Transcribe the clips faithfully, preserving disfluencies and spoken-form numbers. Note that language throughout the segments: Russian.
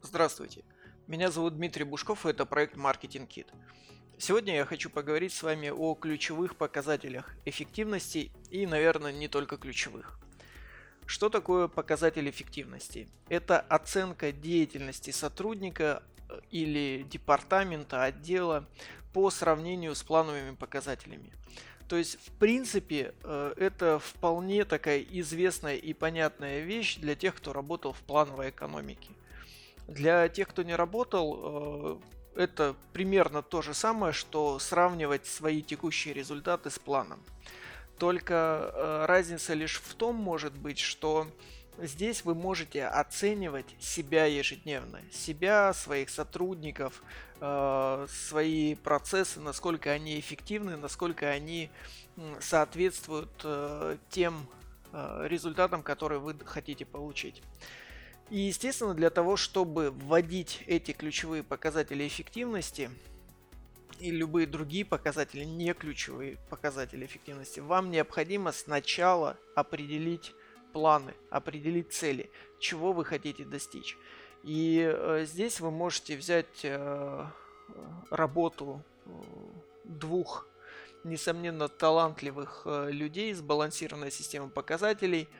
Здравствуйте, меня зовут Дмитрий Бушков, и это проект Marketing Kit. Сегодня я хочу поговорить с вами о ключевых показателях эффективности и, наверное, не только ключевых. Что такое показатель эффективности? Это оценка деятельности сотрудника или департамента, отдела по сравнению с плановыми показателями. То есть, в принципе, это вполне такая известная и понятная вещь для тех, кто работал в плановой экономике. Для тех, кто не работал, это примерно то же самое, что сравнивать свои текущие результаты с планом. Только разница лишь в том, может быть, что здесь вы можете оценивать себя ежедневно, себя, своих сотрудников, свои процессы, насколько они эффективны, насколько они соответствуют тем результатам, которые вы хотите получить. И, естественно, для того, чтобы вводить эти ключевые показатели эффективности и любые другие показатели, не ключевые показатели эффективности, вам необходимо сначала определить планы, определить цели, чего вы хотите достичь. И э, здесь вы можете взять э, работу э, двух, несомненно, талантливых э, людей, сбалансированной системой показателей,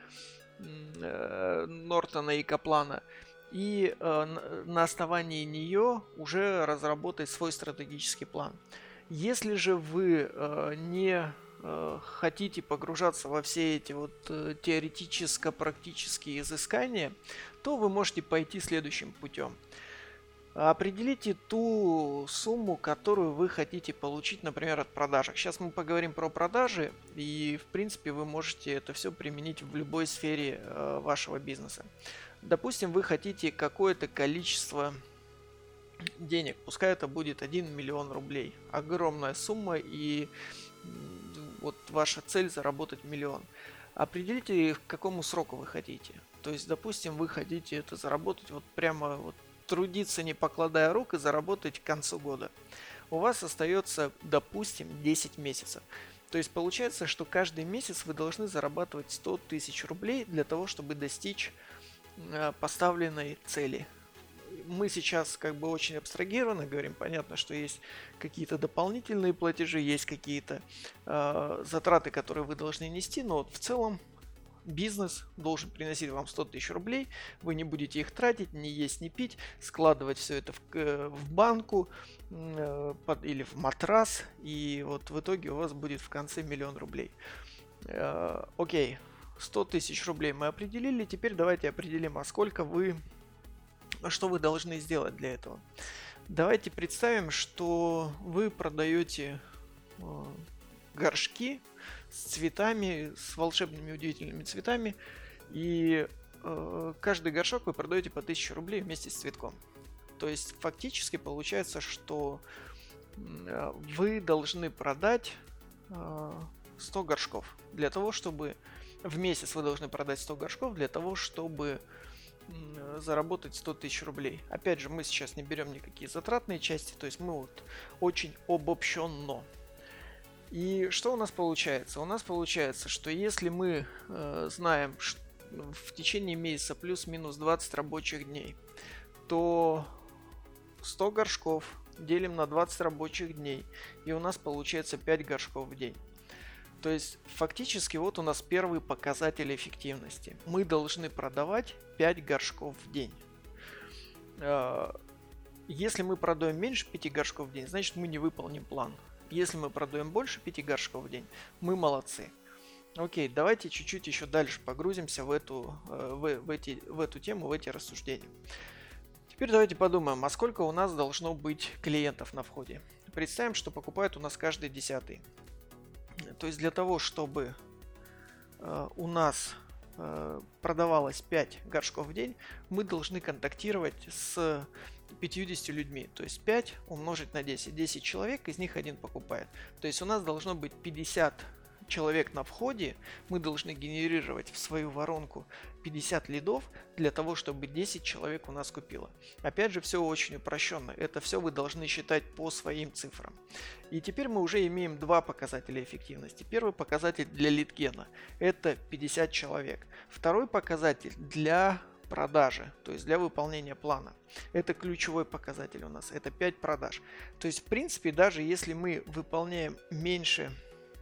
Нортона и Каплана, и э, на основании нее уже разработать свой стратегический план. Если же вы э, не э, хотите погружаться во все эти вот э, теоретическо-практические изыскания, то вы можете пойти следующим путем. Определите ту сумму, которую вы хотите получить, например, от продажек. Сейчас мы поговорим про продажи, и в принципе вы можете это все применить в любой сфере э, вашего бизнеса. Допустим, вы хотите какое-то количество денег, пускай это будет один миллион рублей. Огромная сумма, и вот ваша цель заработать миллион. Определите, к какому сроку вы хотите. То есть, допустим, вы хотите это заработать вот прямо вот трудиться, не покладая рук, и заработать к концу года. У вас остается, допустим, десять месяцев. То есть получается, что каждый месяц вы должны зарабатывать сто тысяч рублей для того, чтобы достичь э, поставленной цели. Мы сейчас как бы очень абстрагированно говорим. Понятно, что есть какие-то дополнительные платежи, есть какие-то э, затраты, которые вы должны нести, но вот в целом бизнес должен приносить вам сто тысяч рублей, вы не будете их тратить, не есть, не пить, складывать все это в, в банку э, под, или в матрас, и вот в итоге у вас будет в конце миллион рублей. Э, окей, сто тысяч рублей мы определили, теперь давайте определим, а сколько вы, что вы должны сделать для этого. Давайте представим, что вы продаете э, горшки с цветами, с волшебными удивительными цветами, и э, каждый горшок вы продаете по тысяче рублей вместе с цветком. То есть фактически получается, что э, вы должны продать э, сто горшков. Для того, чтобы в месяц вы должны продать сто горшков, для того, чтобы э, заработать сто тысяч рублей. Опять же, мы сейчас не берем никакие затратные части, то есть мы вот очень обобщенно. И что у нас получается? У нас получается, что если мы э, знаем, что в течение месяца плюс-минус двадцать рабочих дней, то сто горшков делим на двадцать рабочих дней, и у нас получается пять горшков в день. То есть фактически вот у нас первый показатель эффективности. Мы должны продавать пять горшков в день. Э, если мы продаем меньше пяти горшков в день, значит мы не выполним план. Если мы продаем больше пяти горшков в день, мы молодцы. Окей, давайте чуть-чуть еще дальше погрузимся в эту, в, в, эти, в эту тему, в эти рассуждения. Теперь давайте подумаем, а сколько у нас должно быть клиентов на входе. Представим, что покупает у нас каждый десятый. То есть для того, чтобы у нас продавалось пять горшков в день, мы должны контактировать с пятьюдесятью людьми, то есть пять умножить на десять, десять человек, из них один покупает. То есть у нас должно быть пятьдесят человек на входе, мы должны генерировать в свою воронку пятьдесят лидов для того, чтобы десять человек у нас купило. Опять же, все очень упрощенно, это все вы должны считать по своим цифрам. И теперь мы уже имеем два показателя эффективности. Первый показатель для лидгена – это пятьдесят человек. Второй показатель для продажи, то есть для выполнения плана. Это ключевой показатель у нас, это пять продаж. То есть, в принципе, даже если мы выполняем меньше,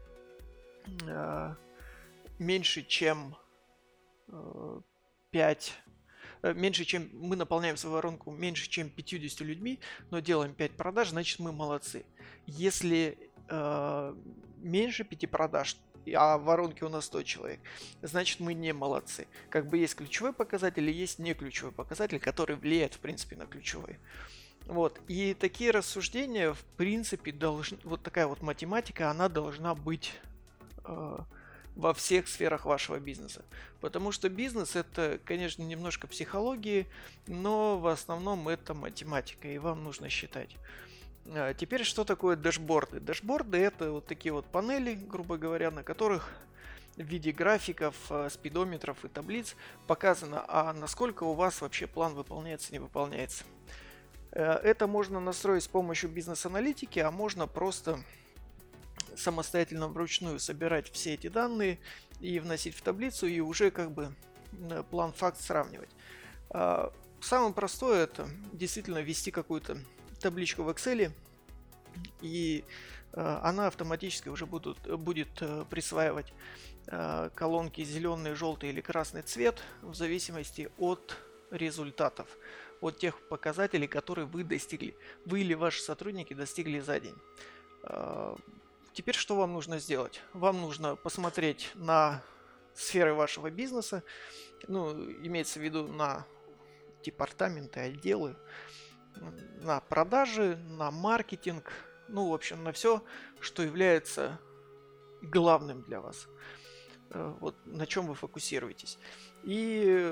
э, меньше чем э, пять, э, меньше чем мы наполняем свою воронку меньше чем пятьюдесятью людьми, но делаем пять продаж, значит мы молодцы. Если э, меньше пяти продаж, а в воронке у нас сто человек, значит мы не молодцы. Как бы есть ключевой показатель и есть не ключевой показатель, который влияет в принципе на ключевой. Вот. И такие рассуждения в принципе должны, вот такая вот математика, она должна быть э, во всех сферах вашего бизнеса. Потому что бизнес это, конечно, немножко психологии, но в основном это математика, и вам нужно считать. Теперь, что такое дэшборды? Дэшборды это вот такие вот панели, грубо говоря, на которых в виде графиков, спидометров и таблиц показано, а насколько у вас вообще план выполняется, не выполняется. Это можно настроить с помощью бизнес-аналитики, а можно просто самостоятельно вручную собирать все эти данные и вносить в таблицу и уже как бы план-факт сравнивать. Самое простое это действительно ввести какую-то табличку в Excel, и э, она автоматически уже будут, будет э, присваивать э, колонки зеленый, желтый или красный цвет в зависимости от результатов, от тех показателей, которые вы достигли, вы или ваши сотрудники достигли за день. Э, теперь что вам нужно сделать? Вам нужно посмотреть на сферы вашего бизнеса, ну, имеется в виду на департаменты, отделы, на продажи, на маркетинг, ну, в общем, на все, что является главным для вас. Вот на чем вы фокусируетесь. И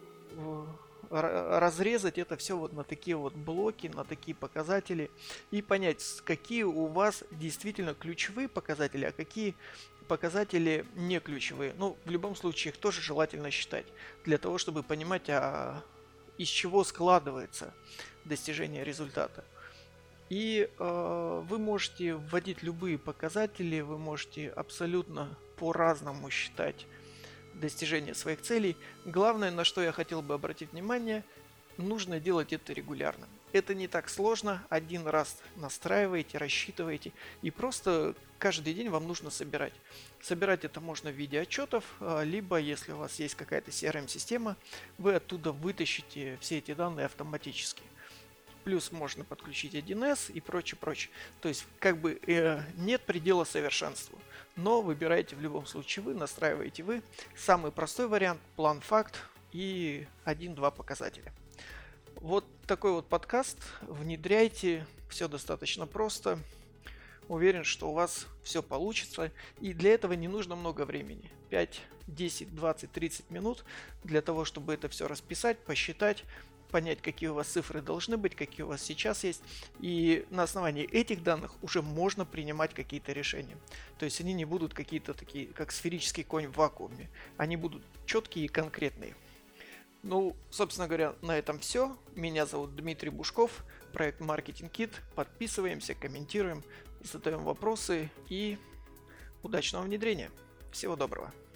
разрезать это все вот на такие вот блоки, на такие показатели и понять, какие у вас действительно ключевые показатели, а какие показатели не ключевые. Ну, в любом случае, их тоже желательно считать, для того, чтобы понимать, а из чего складывается достижение результата. И э, вы можете вводить любые показатели, вы можете абсолютно по-разному считать достижение своих целей. Главное, на что я хотел бы обратить внимание, нужно делать это регулярно. Это не так сложно, один раз настраиваете, рассчитываете, и просто каждый день вам нужно собирать. Собирать это можно в виде отчетов, либо если у вас есть какая-то си ар эм-система, вы оттуда вытащите все эти данные автоматически. Плюс можно подключить один эс и прочее, прочее. То есть как бы э, нет предела совершенству, но выбираете в любом случае вы, настраиваете вы. Самый простой вариант – план-факт и один-два показателя. Вот такой вот подкаст. Внедряйте. Все достаточно просто. Уверен, что у вас все получится. И для этого не нужно много времени. пять, десять, двадцать, тридцать минут для того, чтобы это все расписать, посчитать, понять, какие у вас цифры должны быть, какие у вас сейчас есть. И на основании этих данных уже можно принимать какие-то решения. То есть они не будут какие-то такие, как сферический конь в вакууме. Они будут четкие и конкретные. Ну, собственно говоря, на этом все. Меня зовут Дмитрий Бушков, проект Marketing Kit. Подписываемся, комментируем, задаем вопросы и удачного внедрения. Всего доброго.